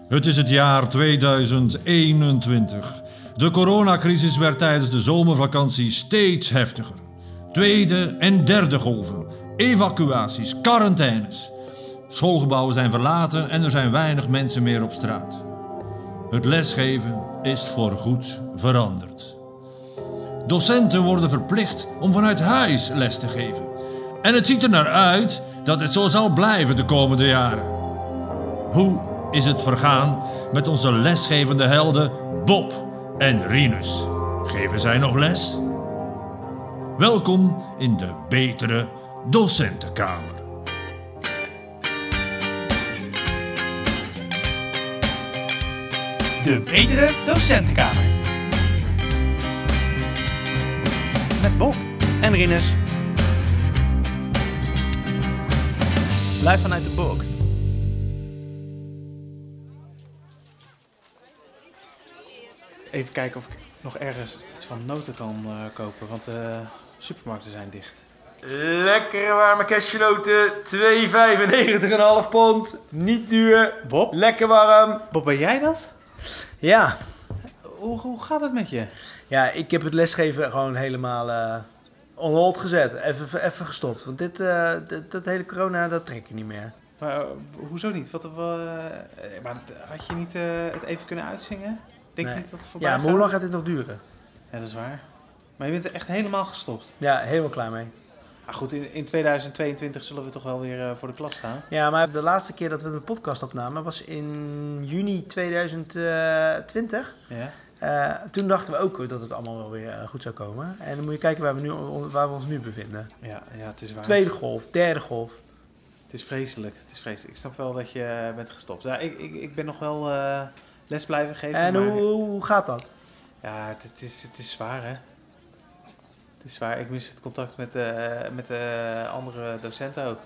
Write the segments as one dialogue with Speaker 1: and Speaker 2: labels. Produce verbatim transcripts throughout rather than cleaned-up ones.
Speaker 1: Het is het jaar tweeduizend eenentwintig. De coronacrisis werd tijdens de zomervakantie steeds heftiger. Tweede en derde golven, evacuaties, quarantaines. Schoolgebouwen zijn verlaten en er zijn weinig mensen meer op straat. Het lesgeven is voorgoed veranderd. Docenten worden verplicht om vanuit huis les te geven. En het ziet er naar uit dat het zo zal blijven de komende jaren. Hoe is het vergaan met onze lesgevende helden Bob en Rinus? Geven zij nog les? Welkom in de Betere Docentenkamer.
Speaker 2: De Betere Docentenkamer. Met Bob en Rinus. Live vanuit de box. Even kijken of ik nog ergens iets van noten kan uh, kopen, want de supermarkten zijn dicht.
Speaker 3: Lekkere warme cashewnoten, twee vijfennegentig en een half pond. Niet duur.
Speaker 2: Bob?
Speaker 3: Lekker warm.
Speaker 2: Bob, ben jij dat?
Speaker 3: Ja.
Speaker 2: Hoe, hoe gaat het met je?
Speaker 3: Ja, ik heb het lesgeven gewoon helemaal uh, on hold gezet. Even, even gestopt. Want dit, uh, dit, dat hele corona, dat trek je niet meer.
Speaker 2: Maar uh, hoezo niet? Wat, uh, maar had je niet uh, het even kunnen uitzingen? Denk
Speaker 3: nee.
Speaker 2: je niet dat het voorbij
Speaker 3: Ja,
Speaker 2: gaat?
Speaker 3: maar hoe lang gaat dit nog duren?
Speaker 2: Ja, dat is waar. Maar je bent er echt helemaal gestopt.
Speaker 3: Ja, helemaal klaar mee.
Speaker 2: Maar goed, in, in tweeduizend tweeëntwintig zullen we toch wel weer uh, voor de klas staan?
Speaker 3: Ja, maar de laatste keer dat we de podcast opnamen was in juni tweeduizend twintig.
Speaker 2: Ja.
Speaker 3: Uh, toen dachten we ook dat het allemaal wel weer uh, goed zou komen. En dan moet je kijken waar we, nu, waar we ons nu bevinden.
Speaker 2: Ja, ja, het is waar.
Speaker 3: Tweede golf, derde golf.
Speaker 2: Het is vreselijk, het is vreselijk. Ik snap wel dat je bent gestopt. Ja, ik, ik, ik ben nog wel uh, les blijven geven.
Speaker 3: En
Speaker 2: maar...
Speaker 3: hoe, hoe gaat dat?
Speaker 2: Ja, het, het, is, het is zwaar, hè. Het is zwaar. Ik mis het contact met de, met de andere docenten ook.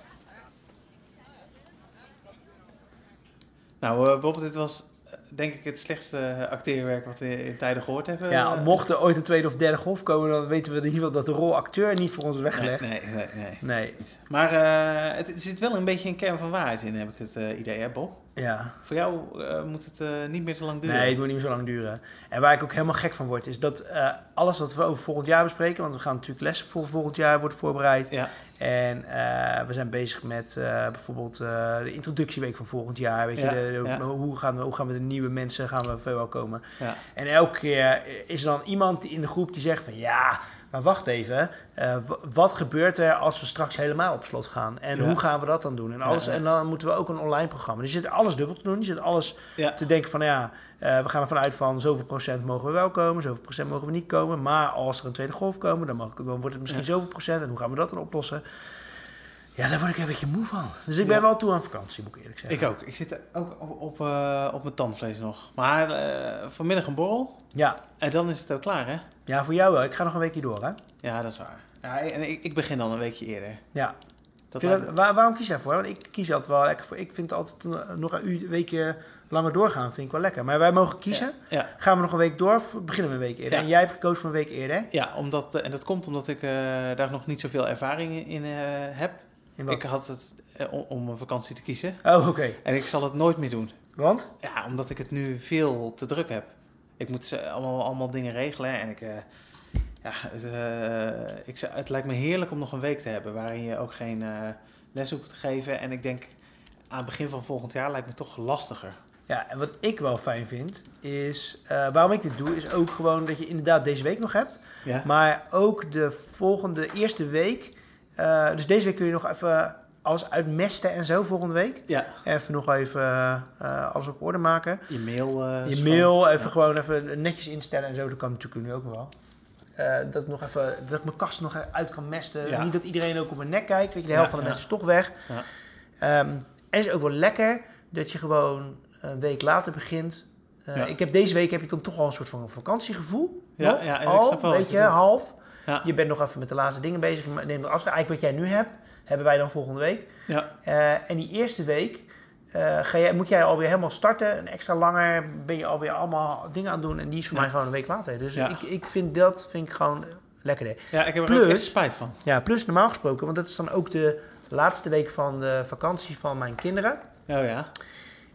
Speaker 2: Nou, uh, Bob, dit was denk ik het slechtste acteerwerk wat we in tijden gehoord hebben.
Speaker 3: Ja, mocht er ooit een tweede of derde golf komen, dan weten we in ieder geval dat de rol acteur niet voor ons is weggelegd.
Speaker 2: Nee, nee, nee. nee.
Speaker 3: nee.
Speaker 2: Maar uh, het, er zit wel een beetje een kern van waarheid in, heb ik het uh, idee, hè, Bob?
Speaker 3: Ja.
Speaker 2: Voor jou uh, moet het uh, niet meer zo lang duren.
Speaker 3: Nee, het moet niet meer zo lang duren. En waar ik ook helemaal gek van word, is dat uh, alles wat we over volgend jaar bespreken, want we gaan natuurlijk lessen voor volgend jaar worden voorbereid.
Speaker 2: Ja.
Speaker 3: En uh, we zijn bezig met uh, bijvoorbeeld uh, de introductieweek van volgend jaar. Weet
Speaker 2: ja,
Speaker 3: je, de, de,
Speaker 2: ja.
Speaker 3: hoe, gaan we, hoe gaan we de nieuwe mensen gaan we verwelkomen?
Speaker 2: Ja.
Speaker 3: En elke keer is er dan iemand in de groep die zegt van ja, maar wacht even. Uh, w- wat gebeurt er als we straks helemaal op slot gaan? En ja. hoe gaan we dat dan doen? En, alles, ja, ja. en dan moeten we ook een online programma. Dus je zit alles dubbel te doen. Je zit alles ja. te denken van ja, uh, we gaan ervan uit van zoveel procent mogen we wel komen, zoveel procent mogen we niet komen. Maar als er een tweede golf komen, dan, mag, dan wordt het misschien ja. zoveel procent. En hoe gaan we dat dan oplossen? Ja, daar word ik een beetje moe van. Dus ik ben ja. wel toe aan vakantie, moet ik eerlijk zeggen.
Speaker 2: Ik ook. Ik zit ook op, op, uh, op mijn tandvlees nog. Maar uh, vanmiddag een borrel.
Speaker 3: Ja.
Speaker 2: En dan is het ook klaar, hè?
Speaker 3: Ja, voor jou wel. Ik ga nog een weekje door, hè?
Speaker 2: Ja, dat is waar. Ja, en ik, ik begin dan een weekje eerder.
Speaker 3: Ja.
Speaker 2: Dat
Speaker 3: dat, waar, waarom kies jij voor? Want ik kies altijd wel lekker voor. Ik vind altijd nog een weekje langer doorgaan, vind ik wel lekker. Maar wij mogen kiezen. Ja. Ja. Gaan we nog een week door of beginnen we een week eerder? Ja. En jij hebt gekozen voor een week eerder?
Speaker 2: Ja, omdat, en dat komt omdat ik uh, daar nog niet zoveel ervaring in uh, heb.
Speaker 3: In wat?
Speaker 2: Ik had het uh, om, om een vakantie te kiezen.
Speaker 3: Oh, oké. Okay.
Speaker 2: En ik zal het nooit meer doen.
Speaker 3: Want?
Speaker 2: Ja, omdat ik het nu veel te druk heb. Ik moet allemaal, allemaal dingen regelen en ik... Uh, ja, het, uh, ik, het lijkt me heerlijk om nog een week te hebben waarin je ook geen uh, les hoeft te geven. En ik denk, aan het begin van volgend jaar lijkt me toch lastiger.
Speaker 3: Ja, en wat ik wel fijn vind, is... Uh, waarom ik dit doe, is ook gewoon dat je inderdaad deze week nog hebt.
Speaker 2: Ja.
Speaker 3: Maar ook de volgende eerste week... Uh, dus deze week kun je nog even alles uitmesten en zo volgende week.
Speaker 2: Ja.
Speaker 3: Even nog even uh, alles op orde maken.
Speaker 2: Je mail. Uh,
Speaker 3: je mail, even ja. gewoon even netjes instellen en zo. Dat kan natuurlijk nu ook nog wel. Uh, dat, ik nog even, dat ik mijn kast nog uit kan mesten. Ja. Niet dat iedereen ook op mijn nek kijkt. Weet je, de helft ja, van de ja. mensen is toch weg. Ja. Um, en het is ook wel lekker dat je gewoon een week later begint. Uh, ja. Ik heb deze week heb ik dan toch al een soort van vakantiegevoel.
Speaker 2: Ja,
Speaker 3: nog,
Speaker 2: ja, en
Speaker 3: al,
Speaker 2: ik snap wel
Speaker 3: weet je, half.
Speaker 2: Ja.
Speaker 3: Je bent nog even met de laatste dingen bezig. Neem er afscheid. Eigenlijk wat jij nu hebt, hebben wij dan volgende week.
Speaker 2: Ja.
Speaker 3: Uh, en die eerste week uh, ga jij, moet jij alweer helemaal starten. Een extra langer ben je alweer allemaal dingen aan het doen. En die is voor ja. mij gewoon een week later. Dus ja. ik, ik vind dat vind ik gewoon lekker.
Speaker 2: Ja, ik heb er
Speaker 3: plus,
Speaker 2: ook echt spijt van.
Speaker 3: Ja, plus normaal gesproken. Want dat is dan ook de laatste week van de vakantie van mijn kinderen.
Speaker 2: Oh ja.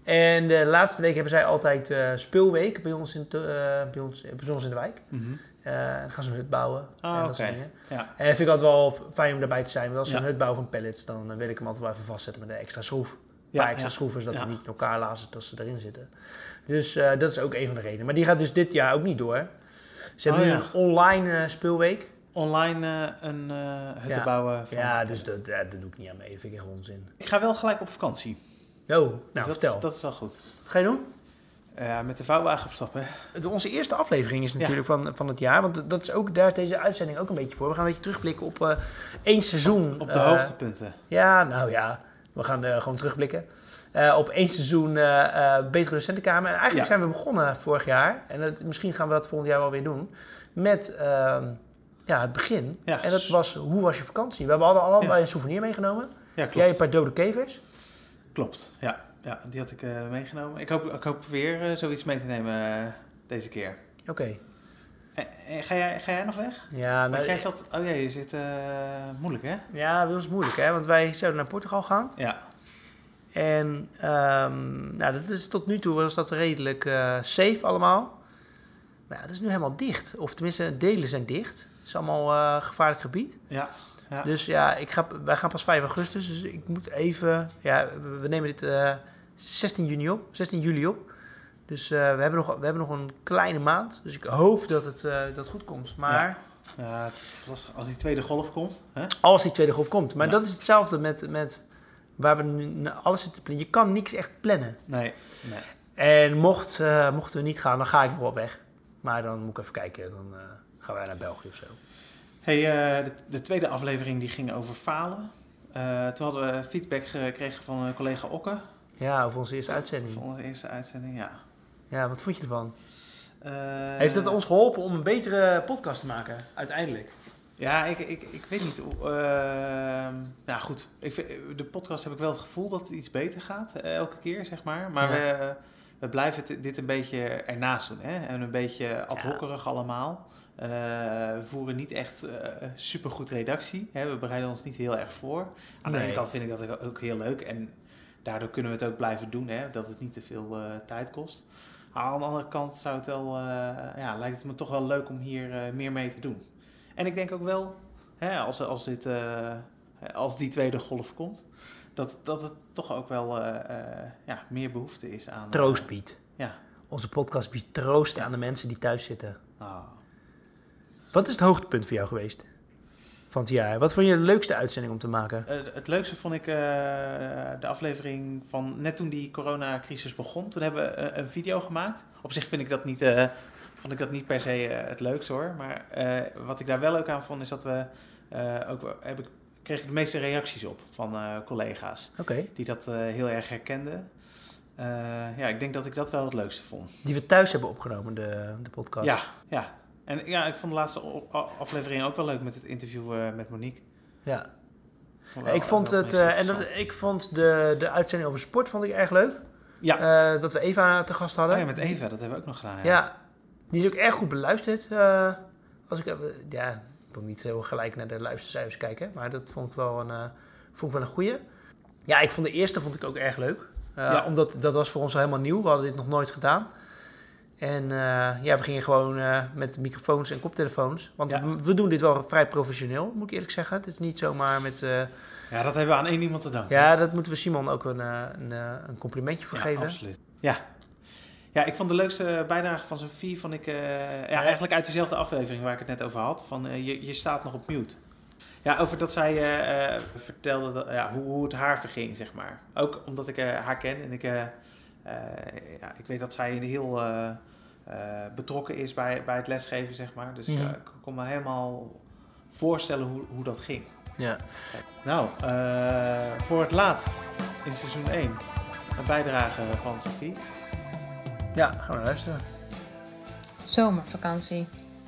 Speaker 3: En de laatste week hebben zij altijd uh, speelweek bij ons in, te, uh, bij, ons, bij ons in de wijk.
Speaker 2: Mm-hmm.
Speaker 3: Uh, dan gaan ze een hut bouwen
Speaker 2: oh,
Speaker 3: en dat
Speaker 2: okay.
Speaker 3: soort dingen.
Speaker 2: Ja.
Speaker 3: En dat vind ik altijd wel fijn om daarbij te zijn. Want als ze
Speaker 2: ja.
Speaker 3: een hut bouwen van pallets, dan uh, wil ik hem altijd wel even vastzetten met een extra schroef. Een
Speaker 2: ja,
Speaker 3: paar extra
Speaker 2: ja.
Speaker 3: schroeven, zodat
Speaker 2: ja.
Speaker 3: die niet in elkaar lazen als ze erin zitten. Dus uh, dat is ook een van de redenen. Maar die gaat dus dit jaar ook niet door. Ze hebben oh, nu ja. een online uh, speelweek.
Speaker 2: Online uh, een uh, hut
Speaker 3: ja.
Speaker 2: bouwen. Van
Speaker 3: ja, dus dat, ja, dat doe ik niet aan mee. Dat vind ik echt onzin.
Speaker 2: Ik ga wel gelijk op vakantie.
Speaker 3: Jo, nou
Speaker 2: dus dat
Speaker 3: vertel.
Speaker 2: Is, dat is wel goed.
Speaker 3: Ga je doen?
Speaker 2: Ja, uh, met de vouwwagen op stap, hè.
Speaker 3: Onze eerste aflevering is natuurlijk ja. van, van het jaar. Want dat is ook, daar is deze uitzending ook een beetje voor. We gaan een beetje terugblikken op uh, één seizoen.
Speaker 2: Op, op de
Speaker 3: uh,
Speaker 2: hoogtepunten.
Speaker 3: Ja, nou ja. We gaan uh, gewoon terugblikken. Uh, op één seizoen uh, uh, Betere Docentenkamer. En eigenlijk ja. zijn we begonnen vorig jaar. En dat, misschien gaan we dat volgend jaar wel weer doen. Met uh, ja, het begin. Ja. En dat was, hoe was je vakantie? We hebben allemaal ja. een souvenir meegenomen.
Speaker 2: Ja, klopt.
Speaker 3: Jij een paar dode kevers.
Speaker 2: Klopt, ja. Ja, die had ik uh, meegenomen. Ik hoop, ik hoop weer uh, zoiets mee te nemen uh, deze keer.
Speaker 3: Oké. Okay.
Speaker 2: En, en ga, jij, ga jij nog weg?
Speaker 3: Ja, nou...
Speaker 2: jij zat... Oh ja, je zit... Uh, moeilijk, hè?
Speaker 3: Ja, dat was moeilijk, hè? Want wij zouden naar Portugal gaan.
Speaker 2: Ja.
Speaker 3: En um, nou, dat is, tot nu toe was dat redelijk uh, safe allemaal. Maar ja, het is nu helemaal dicht. Of tenminste, delen zijn dicht. Het is allemaal uh, gevaarlijk gebied.
Speaker 2: Ja. Ja.
Speaker 3: Dus ja, ik ga, wij gaan pas vijf augustus, dus ik moet even... Ja, we nemen dit uh, zestien juni op, zestien juli op. Dus uh, we, hebben nog, we hebben nog een kleine maand. Dus ik hoop dat het, uh, dat het goed komt. Maar...
Speaker 2: Ja, ja het was, als die tweede golf komt... Hè?
Speaker 3: Als die tweede golf komt. Maar ja. dat is hetzelfde met, met waar we nu alles zitten plannen. Je kan niks echt plannen.
Speaker 2: Nee, nee.
Speaker 3: En mocht, uh, mochten we niet gaan, dan ga ik nog wel weg. Maar dan moet ik even kijken. Dan uh, gaan wij naar België of zo.
Speaker 2: Hey, uh, de, de tweede aflevering die ging over falen. Uh, toen hadden we feedback gekregen van uh, collega Okke.
Speaker 3: Ja, over onze eerste uitzending.
Speaker 2: Over onze eerste uitzending, ja.
Speaker 3: Ja, wat vond je ervan?
Speaker 2: Uh,
Speaker 3: Heeft het ons geholpen om een betere podcast te maken, uiteindelijk?
Speaker 2: Ja, ik, ik, ik weet niet. Uh, nou goed, ik vind, de podcast heb ik wel het gevoel dat het iets beter gaat. Uh, elke keer, zeg maar. Maar ja. we, we blijven het, dit een beetje ernaast doen. Hè? En een beetje ad hockerig ja. allemaal. Uh, we voeren niet echt uh, supergoed redactie. Hè? We bereiden ons niet heel erg voor. Aan nee. de ene kant vind ik dat ook heel leuk. En daardoor kunnen we het ook blijven doen. Hè? Dat het niet te veel uh, tijd kost. Maar aan de andere kant zou het wel, uh, ja, lijkt het me toch wel leuk om hier uh, meer mee te doen. En ik denk ook wel, hè, als, als, dit, uh, als die tweede golf komt, dat, dat het toch ook wel uh, uh, ja, meer behoefte is aan...
Speaker 3: Troost biedt.
Speaker 2: Uh, ja.
Speaker 3: Onze podcast biedt troost ja. aan de mensen die thuis zitten.
Speaker 2: Oh.
Speaker 3: Wat is het hoogtepunt voor jou geweest van het jaar? Wat vond je de leukste uitzending om te maken?
Speaker 2: Uh, het leukste vond ik uh, de aflevering van net toen die coronacrisis begon. Toen hebben we uh, een video gemaakt. Op zich vind ik dat niet, uh, vond ik dat niet per se uh, het leukste hoor. Maar uh, wat ik daar wel leuk aan vond is dat we uh, ook heb ik, kreeg ik de meeste reacties op van uh, collega's.
Speaker 3: Okay.
Speaker 2: Die dat uh, heel erg herkenden. Uh, ja, ik denk dat ik dat wel het leukste vond.
Speaker 3: Die we thuis hebben opgenomen, de, de podcast.
Speaker 2: Ja, ja. En ja, ik vond de laatste aflevering ook wel leuk met het interview uh, met Monique.
Speaker 3: Ja. Wel, ik vond het uh, en dat, ik vond de, de uitzending over sport vond ik erg leuk.
Speaker 2: Ja.
Speaker 3: Uh, dat we Eva te gast hadden.
Speaker 2: Oh ja, met Eva, dat hebben we ook nog gedaan. Ja,
Speaker 3: ja die is ook erg goed beluisterd. Uh, als ik, uh, ja, ik wil niet heel gelijk naar de luistercijfers kijken, maar dat vond ik wel een, uh, vond ik wel een goeie. Ja, ik vond de eerste vond ik ook erg leuk. Uh, ja. Omdat dat was voor ons helemaal nieuw. We hadden dit nog nooit gedaan. En uh, ja, we gingen gewoon uh, met microfoons en koptelefoons. Want ja. we, we doen dit wel vrij professioneel, moet ik eerlijk zeggen. Het is niet zomaar met... Uh,
Speaker 2: ja, dat hebben we aan één iemand te danken.
Speaker 3: Ja, dat moeten we Simon ook een, een, een complimentje voor
Speaker 2: ja,
Speaker 3: geven.
Speaker 2: Absoluut. Ja, ja, ik vond de leukste bijdrage van Sophie, vond ik uh, ja, eigenlijk uit dezelfde aflevering waar ik het net over had. Van uh, je, je staat nog op mute. Ja, over dat zij uh, uh, vertelde dat, ja, hoe, hoe het haar verging, zeg maar. Ook omdat ik uh, haar ken en ik, uh, uh, ja, ik weet dat zij een heel... Uh, Uh, betrokken is bij, bij het lesgeven, zeg maar. Dus mm-hmm. ik, uh, ik kon me helemaal voorstellen hoe, hoe dat ging.
Speaker 3: Ja.
Speaker 2: Nou, uh, voor het laatst in seizoen één een bijdrage van Sophie.
Speaker 3: Ja, gaan we luisteren.
Speaker 4: Zomervakantie.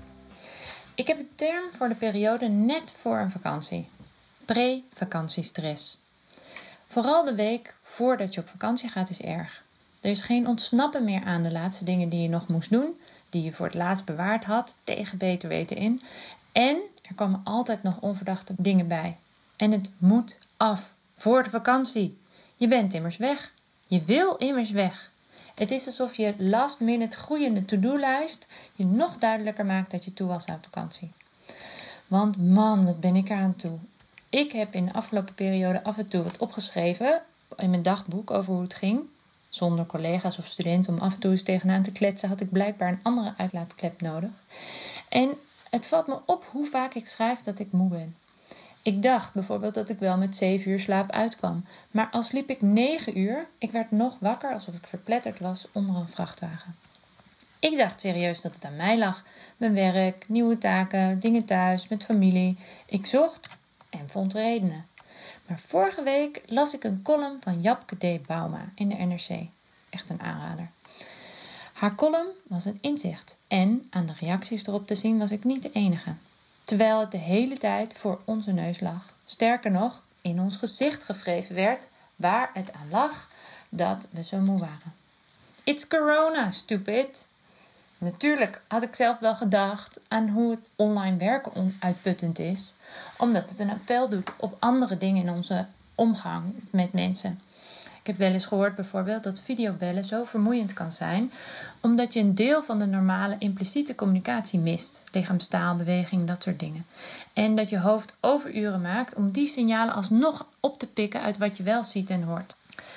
Speaker 4: Ik heb een term voor de periode net voor een vakantie. Pre-vakantiestress. Vooral de week voordat je op vakantie gaat is erg. Er is geen ontsnappen meer aan de laatste dingen die je nog moest doen, die je voor het laatst bewaard had, tegen beter weten in. En er komen altijd nog onverdachte dingen bij. En het moet af, voor de vakantie. Je bent immers weg. Je wil immers weg. Het is alsof je last minute groeiende to-do-lijst je nog duidelijker maakt dat je toe was aan vakantie. Want man, wat ben ik eraan toe. Ik heb in de afgelopen periode af en toe wat opgeschreven in mijn dagboek over hoe het ging. Zonder collega's of studenten om af en toe eens tegenaan te kletsen had ik blijkbaar een andere uitlaatklep nodig. En het valt me op hoe vaak ik schrijf dat ik moe ben. Ik dacht bijvoorbeeld dat ik wel met zeven uur slaap uitkwam. Maar al sliep ik negen uur, ik werd nog wakker alsof ik verpletterd was onder een vrachtwagen. Ik dacht serieus dat het aan mij lag. Mijn werk, nieuwe taken, dingen thuis, met familie. Ik zocht en vond redenen. Maar vorige week las ik een column van Japke D. Bauma in de N R C. Echt een aanrader. Haar column was een inzicht. En aan de reacties erop te zien was ik niet de enige. Terwijl het de hele tijd voor onze neus lag. Sterker nog, in ons gezicht gewreven werd waar het aan lag dat we zo moe waren. It's corona, stupid! Natuurlijk had ik zelf wel gedacht aan hoe het online werken onuitputtend is, omdat het een appel doet op andere dingen in onze omgang met mensen. Ik heb wel eens gehoord bijvoorbeeld dat videobellen zo vermoeiend kan zijn, omdat je een deel van de normale impliciete communicatie mist. Lichaamstaal, beweging, dat soort dingen. En dat je hoofd overuren maakt om die signalen alsnog op te pikken uit wat je wel ziet en hoort.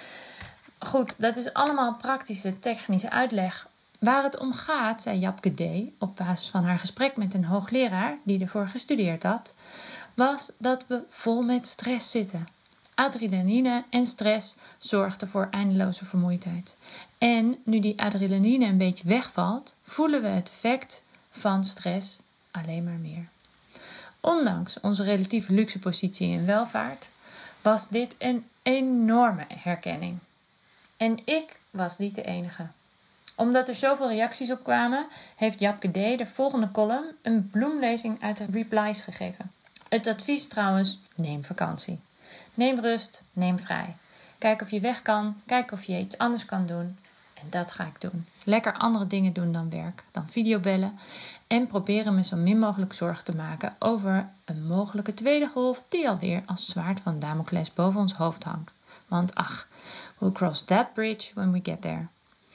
Speaker 4: Goed, dat is allemaal praktische, technische uitleg. Waar het om gaat, zei Japke D. op basis van haar gesprek met een hoogleraar die ervoor gestudeerd had, was dat we vol met stress zitten. Adrenaline en stress zorgden voor eindeloze vermoeidheid. En nu die adrenaline een beetje wegvalt, voelen we het effect van stress alleen maar meer. Ondanks onze relatieve luxe positie in welvaart was dit een enorme herkenning. En ik was niet de enige. Omdat er zoveel reacties op kwamen, heeft Japke D. de volgende column een bloemlezing uit de replies gegeven. Het advies trouwens, neem vakantie. Neem rust, neem vrij. Kijk of je weg kan, kijk of je iets anders kan doen. En dat ga ik doen. Lekker andere dingen doen dan werk, dan videobellen. En proberen me zo min mogelijk zorgen te maken over een mogelijke tweede golf die alweer als zwaard van Damocles boven ons hoofd hangt. Want ach, we'll cross that bridge when we get there.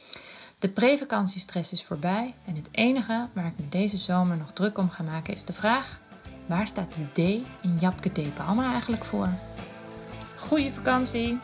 Speaker 4: De pre-vakantiestress is voorbij en het enige waar ik me deze zomer nog druk om ga maken is de vraag: waar staat de D in Japke D. Bauma eigenlijk voor? Goeie vakantie!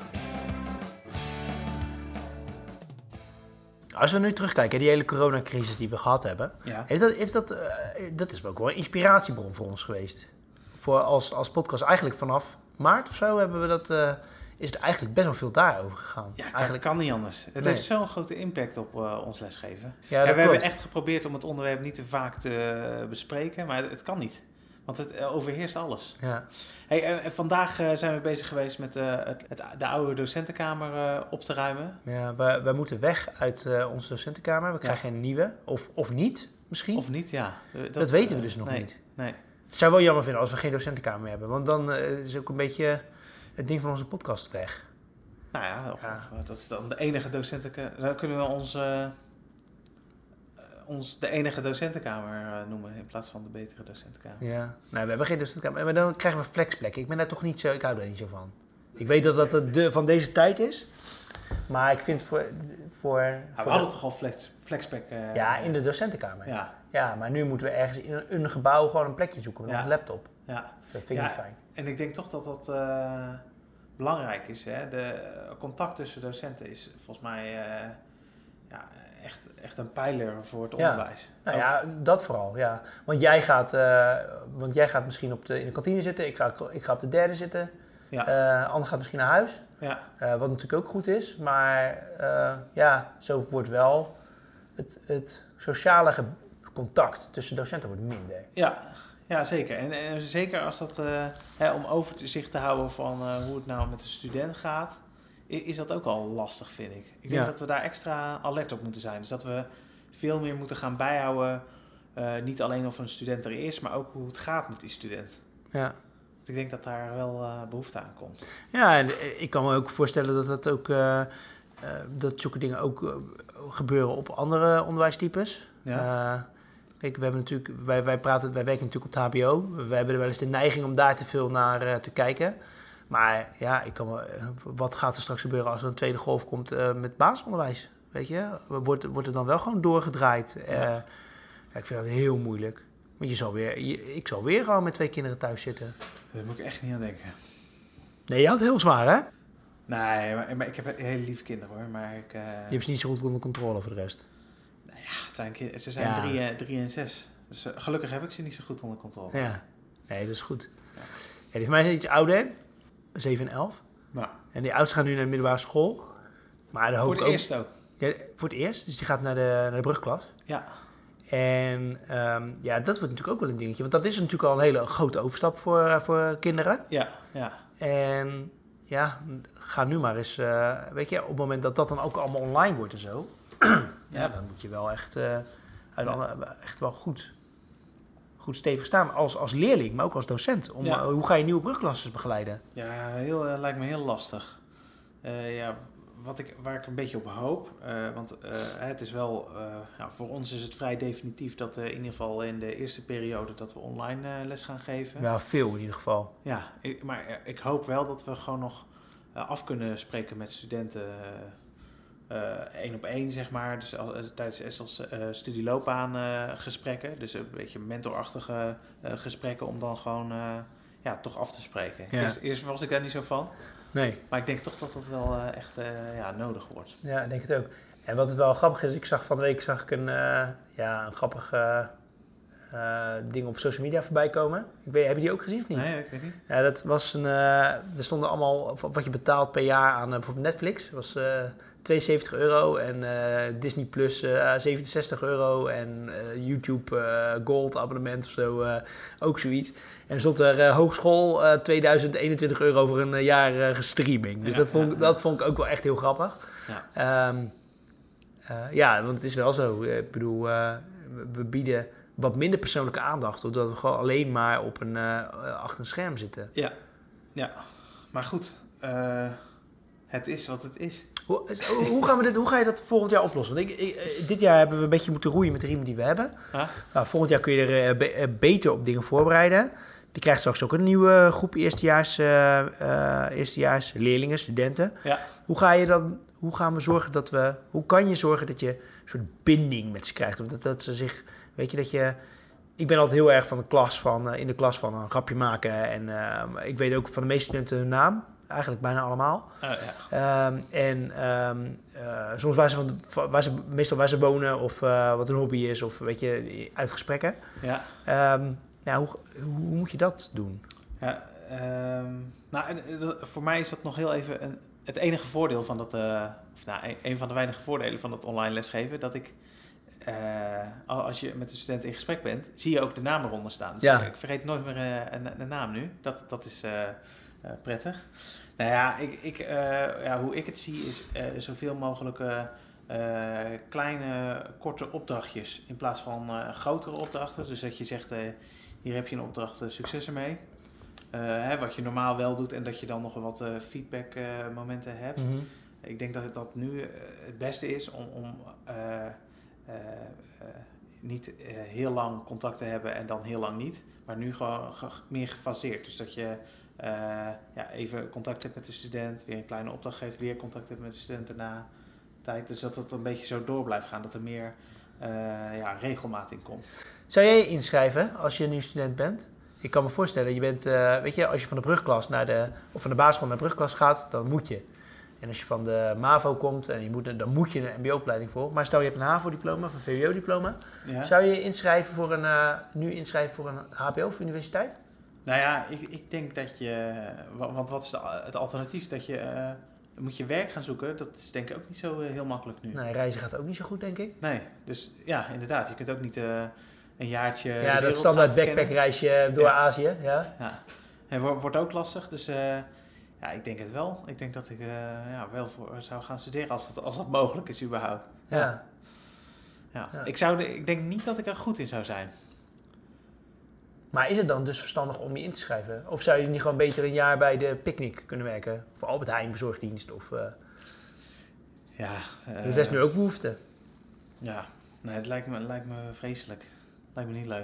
Speaker 3: Als we nu terugkijken, die hele coronacrisis die we gehad hebben,
Speaker 2: Ja.
Speaker 3: heeft dat, heeft dat, uh, dat is wel ook wel een inspiratiebron voor ons geweest. Voor als, als podcast eigenlijk vanaf maart of zo hebben we dat, uh, is het eigenlijk best wel veel daarover gegaan.
Speaker 2: Ja,
Speaker 3: eigenlijk
Speaker 2: dat kan niet anders. Het
Speaker 3: Nee.
Speaker 2: heeft zo'n grote impact op uh, ons lesgeven.
Speaker 3: Ja,
Speaker 2: Ja,
Speaker 3: dat
Speaker 2: we
Speaker 3: klopt.
Speaker 2: hebben echt geprobeerd om het onderwerp niet te vaak te uh, bespreken, maar het, het kan niet. Want het uh, overheerst alles.
Speaker 3: Ja.
Speaker 2: Hey, uh, vandaag uh, zijn we bezig geweest met uh, het, het, de oude docentenkamer uh, op te ruimen.
Speaker 3: Ja, we, we moeten weg uit uh, onze docentenkamer. We krijgen een nieuwe. Of, of niet, misschien.
Speaker 2: Of niet, ja. Uh, dat,
Speaker 3: dat weten we
Speaker 2: uh,
Speaker 3: dus nog
Speaker 2: nee,
Speaker 3: niet.
Speaker 2: Nee.
Speaker 3: Het zou wel jammer vinden als we geen docentenkamer meer hebben. Want dan uh, is ook een beetje het ding van onze podcast weg.
Speaker 2: Nou ja, of,
Speaker 3: Ja.
Speaker 2: of, uh, dat is dan de enige docentenkamer. Dan kunnen we ons, uh, ons de enige docentenkamer uh, noemen in plaats van de betere docentenkamer.
Speaker 3: Ja, nou, we hebben geen docentenkamer. Maar dan krijgen we flexplekken. Ik ben daar toch niet zo, ik hou daar niet zo van. Ik weet dat dat de, de van deze tijd is. Maar ik vind voor... voor,
Speaker 2: Ja, we
Speaker 3: voor
Speaker 2: hadden toch al flex, flexpack? Uh,
Speaker 3: ja, in de docentenkamer. Ja.
Speaker 2: Ja,
Speaker 3: ja, maar nu moeten we ergens in een, een gebouw gewoon een plekje zoeken met
Speaker 2: Ja.
Speaker 3: een laptop.
Speaker 2: ja.
Speaker 3: Dat vind ik
Speaker 2: Ja.
Speaker 3: niet fijn.
Speaker 2: En ik denk toch dat dat uh, belangrijk is. Hè? De uh, contact tussen docenten is volgens mij uh, ja, echt, echt een pijler voor het
Speaker 3: Ja.
Speaker 2: onderwijs.
Speaker 3: Nou
Speaker 2: Ook-
Speaker 3: ja, dat vooral, ja. Want jij gaat, uh, want jij gaat misschien op de, in de kantine zitten, ik ga, ik ga op de derde zitten.
Speaker 2: Ja.
Speaker 3: Uh, Anne gaat misschien naar huis,
Speaker 2: ja.
Speaker 3: uh, wat natuurlijk ook goed is. Maar uh, ja, zo wordt wel het, het sociale ge- contact tussen docenten wordt minder.
Speaker 2: Ja, ja, zeker. En, en zeker als dat, uh, hè, om overzicht te houden van uh, hoe het nou met de student gaat, is, is dat ook al lastig, vind ik. Ik denk
Speaker 3: Ja.
Speaker 2: dat we daar extra alert op moeten zijn. Dus dat we veel meer moeten gaan bijhouden, uh, niet alleen of een student er is, maar ook hoe het gaat met die student.
Speaker 3: Ja.
Speaker 2: Want ik denk dat daar wel uh, behoefte aan komt.
Speaker 3: Ja, en ik kan me ook voorstellen dat dat ook uh, uh, dat zulke dingen ook uh, gebeuren op andere onderwijstypes.
Speaker 2: Ja.
Speaker 3: Uh, kijk, we hebben natuurlijk, wij, wij, praten, wij werken natuurlijk op het H B O. We hebben er wel eens de neiging om daar te veel naar uh, te kijken. Maar ja, ik kan me, wat gaat er straks gebeuren als er een tweede golf komt uh, met basisonderwijs? Weet je, wordt, wordt er dan wel gewoon doorgedraaid? Uh, ja. Ja, ik vind dat heel moeilijk. Want je zal weer, je, ik zal weer gewoon met twee kinderen thuis zitten.
Speaker 2: Daar moet ik echt niet aan denken.
Speaker 3: Nee, je had het heel zwaar, hè?
Speaker 2: Nee, maar, maar ik heb hele lieve kinderen, hoor. Maar ik, uh...
Speaker 3: Je hebt ze niet zo goed onder controle voor de rest.
Speaker 2: Nou ja, het zijn, ze zijn
Speaker 3: ja.
Speaker 2: drie, drie en zes. Dus uh, gelukkig heb ik ze niet zo goed onder controle.
Speaker 3: Ja, nee, dat is goed. Ja. Ja, die van mij zijn iets ouder. zeven en elf.
Speaker 2: Nou.
Speaker 3: En die oudste gaat nu naar de middelbare school. Maar de hoop
Speaker 2: voor het
Speaker 3: ook,
Speaker 2: eerst ook?
Speaker 3: Ja, voor het eerst. Dus die gaat naar de, naar de brugklas.
Speaker 2: Ja.
Speaker 3: En um, ja, dat wordt natuurlijk ook wel een dingetje. Want dat is natuurlijk al een hele grote overstap voor, uh, voor kinderen.
Speaker 2: Ja, ja.
Speaker 3: En ja, ga nu maar eens... Uh, weet je, op het moment dat dat dan ook allemaal online wordt en zo... ja, ja, dan moet je wel echt, uh, ja. echt wel goed, goed stevig staan. Als, als leerling, maar ook als docent. Om, ja. uh, hoe ga je nieuwe brugklasses begeleiden?
Speaker 2: Ja, heel, uh, lijkt me heel lastig. Uh, ja... Wat ik, waar ik een beetje op hoop, uh, want uh, het is wel, uh, nou, voor ons is het vrij definitief dat uh, in ieder geval in de eerste periode dat we online uh, les gaan geven.
Speaker 3: Ja, veel in ieder geval.
Speaker 2: Ja, ik, maar uh, ik hoop wel dat we gewoon nog uh, af kunnen spreken met studenten uh, uh, één op één, zeg maar. Dus al, uh, tijdens als uh, studieloopbaan uh, gesprekken, dus een beetje mentorachtige uh, gesprekken om dan gewoon uh, ja, toch af te spreken.
Speaker 3: Ja.
Speaker 2: Eerst, eerst was ik daar niet zo van.
Speaker 3: Nee.
Speaker 2: Maar ik denk toch dat dat wel uh, echt uh, ja, nodig wordt.
Speaker 3: Ja, ik denk het ook. En wat wel grappig is, ik zag van de week zag ik een, uh, ja, een grappig uh, uh, ding op social media voorbij komen. Ik weet, heb je die ook gezien of niet?
Speaker 2: Nee, ik weet niet.
Speaker 3: Ja, dat was een, uh, er stonden allemaal wat je betaalt per jaar aan uh, bijvoorbeeld Netflix. Dat was uh, tweeënzeventig euro en uh, Disney Plus uh, zevenenzestig euro en uh, YouTube uh, Gold abonnement of zo, uh, ook zoiets. En stond er uh, hogeschool uh, tweeduizend eenentwintig euro voor een uh, jaar uh, streaming. Dus ja, dat, vond, ja, ja. dat vond ik ook wel echt heel grappig. Ja, um, uh, ja want het is wel zo. Ik bedoel, uh, we bieden wat minder persoonlijke aandacht, doordat we gewoon alleen maar op een, uh, achter een scherm zitten.
Speaker 2: Ja, ja. Maar goed, uh, het is wat het is.
Speaker 3: Hoe, hoe, gaan we dit, hoe ga je dat volgend jaar oplossen? Want ik, ik, dit jaar hebben we een beetje moeten roeien met de riemen die we hebben. Huh? Nou, volgend jaar kun je er uh, be, uh, beter op dingen voorbereiden. Die krijgt straks ook een nieuwe groep eerstejaars, uh, uh, eerstejaars leerlingen, studenten. Ja. Hoe ga je dan? Hoe gaan we zorgen dat we? Hoe kan je zorgen dat je een soort binding met ze krijgt? Of dat, dat ze zich, weet je, dat je. Ik ben altijd heel erg van de klas van uh, in de klas van een grapje maken en uh, ik weet ook van de meeste studenten hun naam. Eigenlijk bijna allemaal. Oh, ja. um, en um, uh, soms waar ze, van, waar ze, meestal waar ze wonen of uh, wat hun hobby is of weet je, uit gesprekken. Ja. Um, nou, hoe, hoe, hoe moet je dat doen?
Speaker 2: Ja, um, nou, voor mij is dat nog heel even een, het enige voordeel van dat, uh, of nou, een, een van de weinige voordelen van dat online lesgeven, dat ik, uh, als je met de studenten in gesprek bent, zie je ook de naam eronder staan. Dus ja. ik, ik vergeet nooit meer uh, een, een naam nu. Dat, dat is... Uh, Uh, prettig. Nou ja, ik, ik, uh, ja, hoe ik het zie is uh, zoveel mogelijk uh, uh, kleine, korte opdrachtjes in plaats van uh, grotere opdrachten. Dus dat je zegt, uh, hier heb je een opdracht, uh, succes ermee. Uh, hè, wat je normaal wel doet en dat je dan nog wat uh, feedback uh, momenten hebt. Mm-hmm. Ik denk dat dat nu uh, het beste is om, om uh, uh, uh, niet uh, heel lang contact te hebben en dan heel lang niet. Maar nu gewoon ge- meer gefaseerd. Dus dat je Uh, ja, even contact hebt met de student, weer een kleine opdracht geeft, weer contact hebt met de student daarna tijd. Dus dat het een beetje zo door blijft gaan, dat er meer uh, ja, regelmaat in komt.
Speaker 3: Zou jij je inschrijven als je nu student bent? Ik kan me voorstellen, je bent, uh, weet je, als je van de brugklas naar de, of van de basisschool naar de brugklas gaat, dan moet je. En als je van de MAVO komt, en je moet, dan moet je een M B O-opleiding volgen. Maar stel je hebt een HAVO-diploma of een V W O-diploma. Ja. Zou je je inschrijven voor een, uh, nu inschrijven voor een H B O of universiteit?
Speaker 2: Nou ja, ik, ik denk dat je... Want wat is de, het alternatief? Dat je... Uh, moet je werk gaan zoeken? Dat is denk ik ook niet zo uh, heel makkelijk nu.
Speaker 3: Nee, reizen gaat ook niet zo goed, denk ik.
Speaker 2: Nee, dus ja, inderdaad. Je kunt ook niet uh, een jaartje...
Speaker 3: Ja, dat standaard backpackreisje door ja. Azië, ja.
Speaker 2: ja. En wordt, wordt ook lastig, dus... Uh, ja, ik denk het wel. Ik denk dat ik uh, ja, wel voor zou gaan studeren als dat, als dat mogelijk is überhaupt. Ja. Ja. Ja. Ja. Ik, zou de, ik denk niet dat ik er goed in zou zijn.
Speaker 3: Maar is het dan dus verstandig om je in te schrijven? Of zou je niet gewoon beter een jaar bij de Picnic kunnen werken? Of Albert Heijn bezorgdienst? Of, uh...
Speaker 2: Ja. Uh,
Speaker 3: er is nu ook behoefte.
Speaker 2: Ja, nee, het lijkt me, lijkt me vreselijk. Lijkt me niet leuk.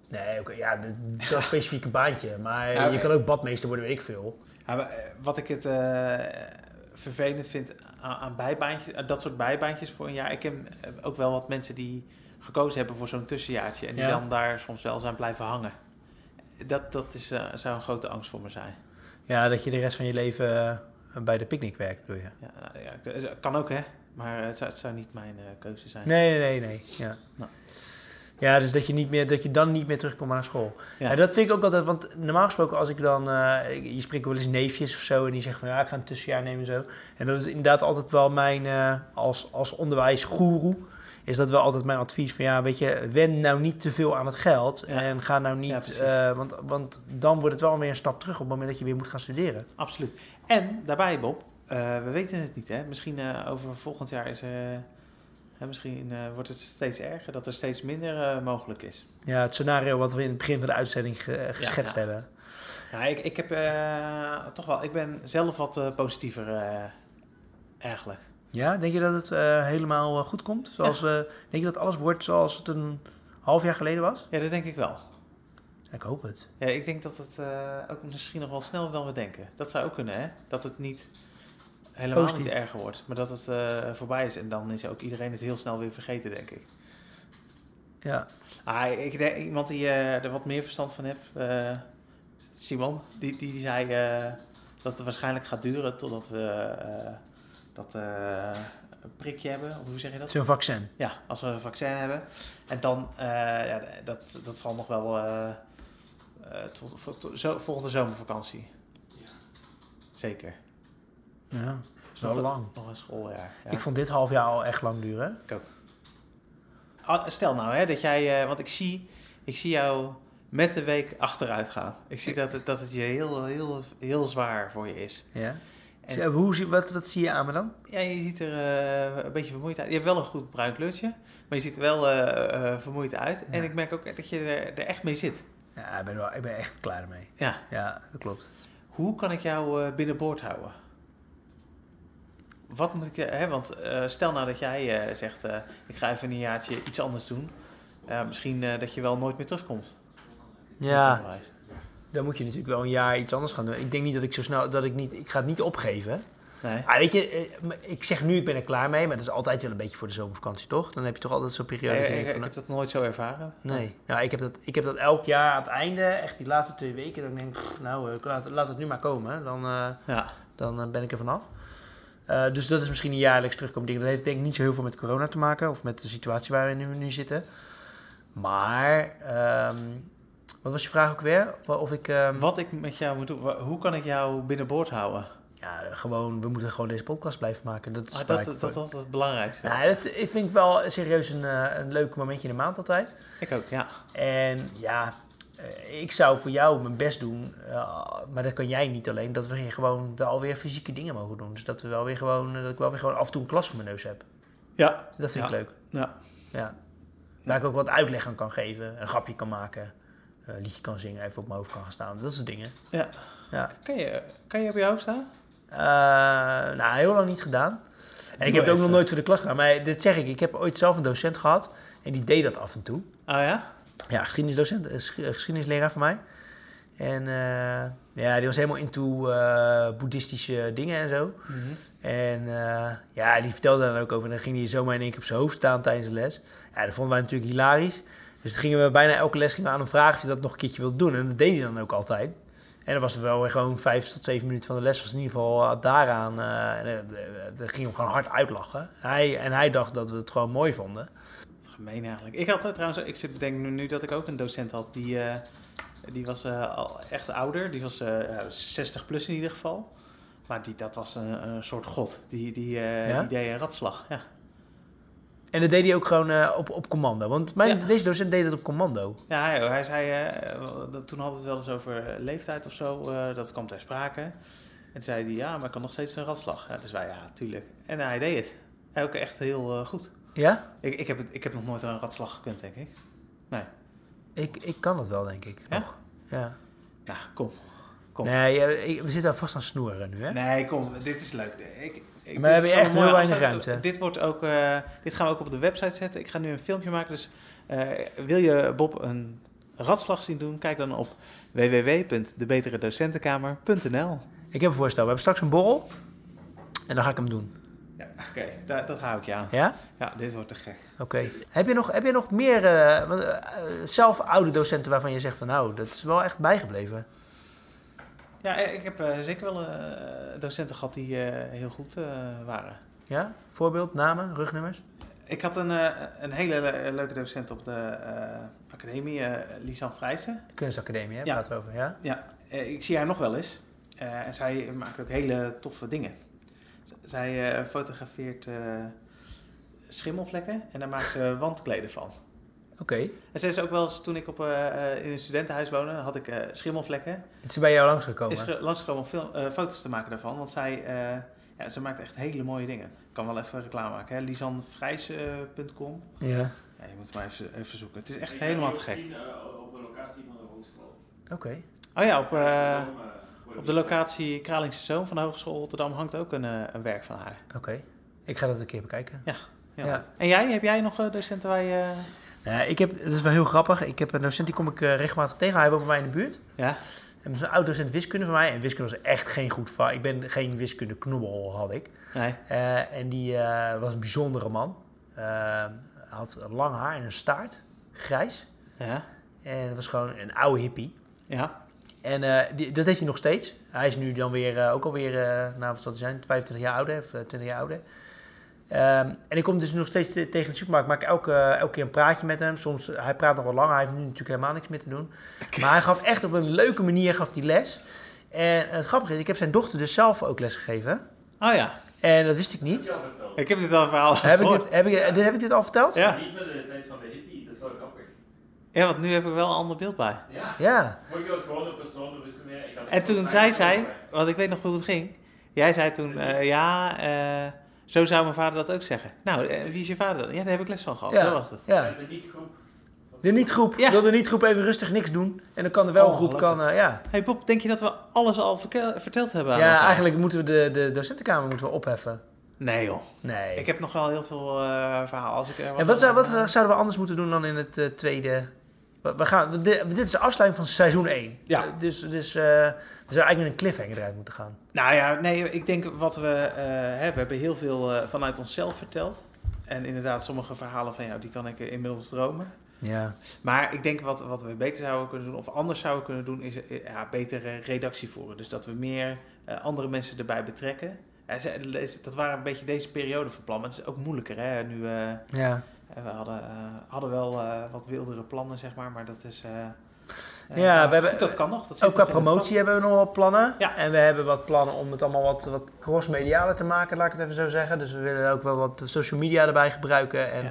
Speaker 3: Nee, okay, ja, dat is een specifieke baantje. Maar
Speaker 2: Ja, okay.
Speaker 3: je kan ook badmeester worden, weet ik veel.
Speaker 2: Ja, maar, wat ik het uh, vervelend vind aan, aan bijbaantjes, aan dat soort bijbaantjes voor een jaar. Ik heb ook wel wat mensen die gekozen hebben voor zo'n tussenjaartje. En die ja. dan daar soms wel zijn blijven hangen. Dat, dat is, uh, zou een grote angst voor me zijn.
Speaker 3: Ja, dat je de rest van je leven uh, bij de picknick werkt, bedoel je?
Speaker 2: Ja, nou, ja, kan ook, hè. Maar het zou, het zou niet mijn uh, keuze zijn.
Speaker 3: Nee, nee, nee. nee. Ja. Nou. Ja, dus dat je, niet meer, dat je dan niet meer terugkomt naar school. Ja. Ja, dat vind ik ook altijd, want normaal gesproken als ik dan... Uh, je spreekt wel eens neefjes of zo en die zeggen van... ja, ik ga een tussenjaar nemen en zo. En dat is inderdaad altijd wel mijn... Uh, als, als onderwijsgoeroe is dat wel altijd mijn advies van... ja, weet je, wen nou niet te veel aan het geld. Ja. En ga nou niet... Ja, uh, want, want dan wordt het wel weer een stap terug op het moment dat je weer moet gaan studeren.
Speaker 2: Absoluut. En daarbij, Bob, uh, we weten het niet, hè. Misschien uh, over volgend jaar is... Uh, Ja, misschien uh, wordt het steeds erger, dat er steeds minder uh, mogelijk is.
Speaker 3: Ja, het scenario wat we in het begin van de uitzending ge- geschetst ja, ja. hebben.
Speaker 2: Ja, ik, ik heb uh, toch wel, ik ben zelf wat uh, positiever uh, eigenlijk.
Speaker 3: Ja, denk je dat het uh, helemaal uh, goed komt? Zoals, ja. uh, denk je dat alles wordt zoals het een half jaar geleden was?
Speaker 2: Ja, dat denk ik wel.
Speaker 3: Ik hoop het.
Speaker 2: Ja, ik denk dat het uh, ook misschien nog wel sneller dan we denken. Dat zou ook kunnen, hè? Dat het niet... helemaal Positief. niet erger wordt, maar dat het uh, voorbij is. En dan is ook iedereen het heel snel weer vergeten, denk ik.
Speaker 3: Ja.
Speaker 2: Ah, ik denk, iemand die uh, er wat meer verstand van heeft, uh, Simon, die, die, die zei uh, dat het waarschijnlijk gaat duren totdat we uh, dat uh, een prikje hebben. Of hoe zeg je dat?
Speaker 3: Zo'n vaccin.
Speaker 2: Ja, als we een vaccin hebben. En dan, uh, ja, dat, dat zal nog wel uh, uh, tot, tot, tot, zo, volgende zomervakantie. Ja. Zeker.
Speaker 3: Ja, zo lang.
Speaker 2: Nog een schooljaar. Ja.
Speaker 3: Ik vond dit half jaar al echt lang duren.
Speaker 2: Ik ook. Stel nou hè, dat jij... Uh, want ik zie, ik zie jou met de week achteruit gaan. Ik zie dat het, dat het je heel, heel, heel zwaar voor je is.
Speaker 3: Ja. En, Hoe, wat, wat zie je aan me dan?
Speaker 2: Ja, je ziet er uh, een beetje vermoeid uit. Je hebt wel een goed bruin kleurtje. Maar je ziet er wel uh, uh, vermoeid uit. Ja. En ik merk ook dat je er, er echt mee zit.
Speaker 3: Ja, ik ben, wel, ik ben echt klaar ermee.
Speaker 2: Ja.
Speaker 3: Ja, dat klopt.
Speaker 2: Hoe kan ik jou uh, binnenboord houden? Wat moet ik... Hè, want uh, stel nou dat jij uh, zegt... Uh, ik ga even een jaartje iets anders doen. Uh, misschien uh, dat je wel nooit meer terugkomt.
Speaker 3: Ja, dan moet je natuurlijk wel een jaar iets anders gaan doen. Ik denk niet dat ik zo snel... dat ik niet... Ik ga het niet opgeven.
Speaker 2: Nee.
Speaker 3: Ah, weet je, ik zeg nu ik ben er klaar mee... maar dat is altijd wel een beetje voor de zomervakantie, toch? Dan heb je toch altijd zo'n periode...
Speaker 2: Nee, ik, ik, ik heb dat nooit zo ervaren.
Speaker 3: Nee, nou, ik, heb dat, ik heb dat elk jaar aan het einde... echt die laatste twee weken... dat ik denk, pff, nou, uh, laat, laat het nu maar komen. Dan, uh, ja. dan uh, ben ik er vanaf. Uh, dus dat is misschien een jaarlijks terugkomen ding. Dat heeft denk ik niet zo heel veel met corona te maken... of met de situatie waar we nu, nu zitten. Maar... Um, wat was je vraag ook weer? Of ik, um...
Speaker 2: Wat ik met jou moet doen... Hoe kan ik jou binnenboord houden?
Speaker 3: Ja, gewoon... We moeten gewoon deze podcast blijven maken. Dat is,
Speaker 2: ah, dat, dat, dat, dat is het belangrijkste.
Speaker 3: Ja, dat ik vind ik wel serieus een, een leuk momentje in de maand altijd.
Speaker 2: Ik ook, ja.
Speaker 3: En ja... Ik zou voor jou mijn best doen, uh, maar dat kan jij niet alleen, dat we gewoon wel weer fysieke dingen mogen doen. Dus dat we wel weer gewoon, dat ik wel weer gewoon af en toe een klas voor mijn neus heb.
Speaker 2: Ja.
Speaker 3: Dat vind
Speaker 2: ja.
Speaker 3: ik leuk.
Speaker 2: Ja.
Speaker 3: Ja. Waar ik ook wat uitleg aan kan geven, een grapje kan maken, een liedje kan zingen, even op mijn hoofd kan gaan staan. Dat soort dingen.
Speaker 2: Ja.
Speaker 3: Ja.
Speaker 2: Kan je, kan je op je hoofd staan?
Speaker 3: Uh, nou, heel lang niet gedaan. En Doe ik heb het ook nog nooit voor de klas gedaan. Maar dit zeg ik, ik heb ooit zelf een docent gehad en die deed dat af en toe.
Speaker 2: Oh ja?
Speaker 3: Ja, geschiedenisdocent, geschiedenisleraar van mij. En uh, ja, die was helemaal into uh, boeddhistische dingen en zo. Mm-hmm. En uh, ja, die vertelde daar dan ook over. En dan ging hij zomaar in één keer op zijn hoofd staan tijdens de les. Ja, dat vonden wij natuurlijk hilarisch. Dus dan gingen we bijna elke les gingen we aan hem vragen of hij dat nog een keertje wilde doen. En dat deed hij dan ook altijd. En dan was het wel weer gewoon vijf tot zeven minuten van de les. Was in ieder geval uh, daaraan. Uh, en dan ging hem gewoon hard uitlachen. Hij, en hij dacht dat we het gewoon mooi vonden.
Speaker 2: Gemeen eigenlijk. Ik had trouwens, ik zit bedenk nu, nu dat ik ook een docent had die, uh, die was uh, al echt ouder, die was uh, zestig plus in ieder geval, maar die, dat was een, een soort god, die, die, uh, ja? die deed een ratslag, ja.
Speaker 3: En dat deed hij ook gewoon uh, op, op commando, want mijn, ja. deze docent deed het op commando.
Speaker 2: Ja, hij, hij zei, uh, dat, toen hadden we het wel eens over leeftijd of zo, uh, dat kwam ter sprake. En toen zei hij, ja, maar ik kan nog steeds een ratslag. Ja, dus wij, ja, tuurlijk. En hij deed het. Hij ook echt heel uh, goed.
Speaker 3: Ja?
Speaker 2: Ik, ik, heb het, ik heb nog nooit een ratslag gekund, denk ik. Nee.
Speaker 3: Ik, ik kan dat wel, denk ik.
Speaker 2: Ja?
Speaker 3: Nog. Ja.
Speaker 2: Ja, kom. kom.
Speaker 3: Nee, we zitten vast aan snoeren nu, hè?
Speaker 2: Nee, kom. Dit is leuk. Ik, ik,
Speaker 3: maar we hebben echt heel weinig ruimte.
Speaker 2: Dit, wordt ook, uh, dit gaan we ook op de website zetten. Ik ga nu een filmpje maken. Dus uh, wil je Bob een, ratslag zien doen, kijk dan op w w w punt de betere docentenkamer punt n l.
Speaker 3: Ik heb een voorstel. We hebben straks een borrel en dan ga ik hem doen.
Speaker 2: Ja, oké, okay, dat, dat hou ik je aan.
Speaker 3: Ja?
Speaker 2: Ja, dit wordt te gek.
Speaker 3: Oké. Okay. Heb je nog, heb je nog meer uh, uh, zelf oude docenten waarvan je zegt van nou, dat is wel echt bijgebleven?
Speaker 2: Ja, ik heb uh, zeker wel uh, docenten gehad die uh, heel goed uh, waren.
Speaker 3: Ja? Voorbeeld, namen, rugnummers?
Speaker 2: Ik had een, uh, een hele le- leuke docent op de uh, academie, uh, Lisan Vrijsen.
Speaker 3: Kunstacademie, hè?
Speaker 2: Ja.
Speaker 3: Praten we over, ja?
Speaker 2: Ja, uh, ik zie haar nog wel eens. Uh, en zij maakt ook hele toffe dingen. Z- zij uh, fotografeert uh, schimmelvlekken en daar maakt ze wandkleden van.
Speaker 3: Oké. Okay.
Speaker 2: En zij is ook wel eens, toen ik op, uh, in een studentenhuis woonde, had ik uh, schimmelvlekken.
Speaker 3: Is ze bij jou langsgekomen?
Speaker 2: Is er langsgekomen om film, uh, foto's te maken daarvan, want zij, uh, ja, ze maakt echt hele mooie dingen. Ik kan wel even reclame maken, hè? lisan vrijsen punt com.
Speaker 3: Ja.
Speaker 2: Ja, je moet het maar even, even zoeken. Het is echt ik helemaal te gek.
Speaker 5: Zien, uh, op een locatie van de hogeschool.
Speaker 3: Oké. Okay.
Speaker 2: Oh ja, op, uh, op de locatie Kralingse Zoom van de Hogeschool Rotterdam hangt ook een, uh, een werk van haar.
Speaker 3: Oké. Okay. Ik ga dat een keer bekijken.
Speaker 2: Ja. Ja.
Speaker 3: Ja.
Speaker 2: En jij? Heb jij nog uh, docenten waar je...
Speaker 3: Ja, ik heb, dat is wel heel grappig. Ik heb een docent, die kom ik uh, regelmatig tegen. Hij woont bij mij in de buurt.
Speaker 2: Ja.
Speaker 3: En dat is een oud docent wiskunde van mij. En wiskunde was echt geen goed vak. Ik ben geen wiskunde knobbel, had ik.
Speaker 2: Nee.
Speaker 3: Uh, en die uh, was een bijzondere man. Uh, had lang haar en een staart. Grijs.
Speaker 2: Ja.
Speaker 3: En dat was gewoon een oude hippie.
Speaker 2: Ja.
Speaker 3: En uh, die, dat heeft hij nog steeds. Hij is nu dan weer, uh, ook alweer, uh, nou wat zal hij zijn, vijfentwintig jaar ouder of uh, twintig jaar ouder. Um, en ik kom dus nog steeds te, tegen de supermarkt, maak elke, elke keer een praatje met hem. Soms, hij praat nog wat langer, hij heeft nu natuurlijk helemaal niks meer te doen. Maar hij gaf echt op een leuke manier gaf hij les. En het grappige is, ik heb zijn dochter dus zelf ook les gegeven.
Speaker 2: Oh ja.
Speaker 3: En dat wist ik niet.
Speaker 2: Ik heb dit al een verhaal
Speaker 3: heb ik dit, heb, ik, dit, heb ik dit al verteld?
Speaker 2: Ja.
Speaker 5: Niet met de tijd van de hippie, dat is wel grappig.
Speaker 2: Ja, want nu heb ik wel een ander beeld bij.
Speaker 5: Ja.
Speaker 3: Ja.
Speaker 5: Vorige keer was gewoon een persoon, dus ik meer. Ik had
Speaker 2: En toen zei zij, want ik weet nog hoe het ging. Jij zei toen, uh, ja, uh, zo zou mijn vader dat ook zeggen. Nou, uh, wie is je vader dan? Ja, daar heb ik les van gehad.
Speaker 3: Ja.
Speaker 2: Zo was het.
Speaker 3: Ja.
Speaker 5: De niet-groep.
Speaker 3: De niet-groep.
Speaker 2: Ja.
Speaker 3: Wil de niet-groep even rustig niks doen. En dan kan de wel-groep,
Speaker 2: Oh,
Speaker 3: kan, uh, ja.
Speaker 2: Hey Bob, denk je dat we alles al verke- verteld hebben aan
Speaker 3: Ja,
Speaker 2: elkaar?
Speaker 3: eigenlijk moeten we de, de docentenkamer moeten we opheffen.
Speaker 2: Nee joh.
Speaker 3: Nee.
Speaker 2: Ik heb nog wel heel veel uh, verhaal. Als ik er
Speaker 3: En wat, zou, wat zouden we anders moeten doen dan in het uh, tweede... We, we gaan, dit, dit is de afsluiting van seizoen één.
Speaker 2: Ja.
Speaker 3: Uh, dus dus uh, we zouden eigenlijk met een cliffhanger eruit moeten gaan.
Speaker 2: Nou ja, nee, ik denk wat we... Uh, hè, we hebben heel veel uh, vanuit onszelf verteld. En inderdaad, sommige verhalen van jou, die kan ik uh, inmiddels dromen.
Speaker 3: Ja.
Speaker 2: Maar ik denk wat, wat we beter zouden kunnen doen, of anders zouden kunnen doen, is uh, ja, betere redactie voeren. Dus dat we meer uh, andere mensen erbij betrekken. Uh, dat waren een beetje deze periode van plan. Maar het is ook moeilijker, hè, nu... Uh,
Speaker 3: Ja.
Speaker 2: We hadden, uh, hadden wel uh, wat wildere plannen, zeg maar, maar dat is... Uh, uh,
Speaker 3: Ja,
Speaker 2: nou,
Speaker 3: we hebben,
Speaker 2: goed, dat kan nog. Dat zit
Speaker 3: ook qua
Speaker 2: nog in het
Speaker 3: promotie hebben we nog wat plannen.
Speaker 2: Ja.
Speaker 3: En we hebben wat plannen om het allemaal wat, wat cross-medialer te maken, laat ik het even zo zeggen. Dus we willen ook wel wat social media erbij gebruiken. En,
Speaker 2: Ja.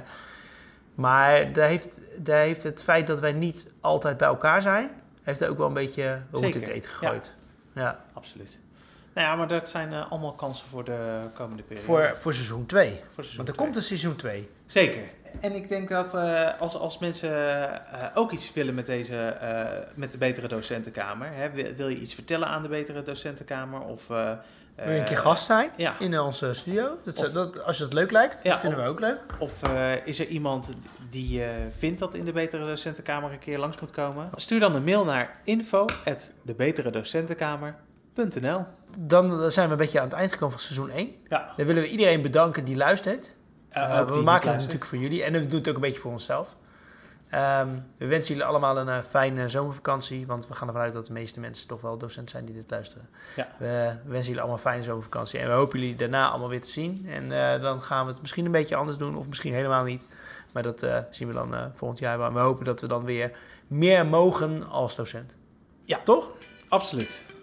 Speaker 3: Maar daar heeft, daar heeft het feit dat wij niet altijd bij elkaar zijn, heeft er ook wel een beetje roet in het eten gegooid. Ja. Ja.
Speaker 2: Absoluut. Nou ja, maar dat zijn uh, allemaal kansen voor de komende periode.
Speaker 3: Voor, voor seizoen twee.
Speaker 2: Voor seizoen
Speaker 3: Want er
Speaker 2: twee.
Speaker 3: komt een seizoen twee.
Speaker 2: Zeker. En ik denk dat uh, als, als mensen uh, ook iets willen met, deze, uh, met de Betere Docentenkamer... Hè, wil, wil je iets vertellen aan de Betere Docentenkamer? Of, uh,
Speaker 3: Wil je een keer gast zijn
Speaker 2: ja.
Speaker 3: in onze studio? Dat,
Speaker 2: Of,
Speaker 3: dat, als je dat leuk lijkt,
Speaker 2: ja,
Speaker 3: dat vinden
Speaker 2: of,
Speaker 3: we ook leuk.
Speaker 2: Of uh, is er iemand die uh, vindt dat in de Betere Docentenkamer een keer langs moet komen? Stuur dan een mail naar info at de betere docentenkamer punt n l.
Speaker 3: Dan zijn we een beetje aan het eind gekomen van seizoen één.
Speaker 2: Ja.
Speaker 3: Dan willen we iedereen bedanken die luistert.
Speaker 2: Uh,
Speaker 3: Uh, we
Speaker 2: die
Speaker 3: maken het natuurlijk voor jullie en we doen het ook een beetje voor onszelf. Um, we wensen jullie allemaal een uh, fijne zomervakantie, want we gaan ervan uit dat de meeste mensen toch wel docent zijn die dit luisteren.
Speaker 2: Ja.
Speaker 3: We, we wensen jullie allemaal een fijne zomervakantie en we hopen jullie daarna allemaal weer te zien. En uh, dan gaan we het misschien een beetje anders doen of misschien helemaal niet. Maar dat uh, zien we dan uh, volgend jaar. Maar we hopen dat we dan weer meer mogen als docent.
Speaker 2: Ja.
Speaker 3: Toch?
Speaker 2: Absoluut.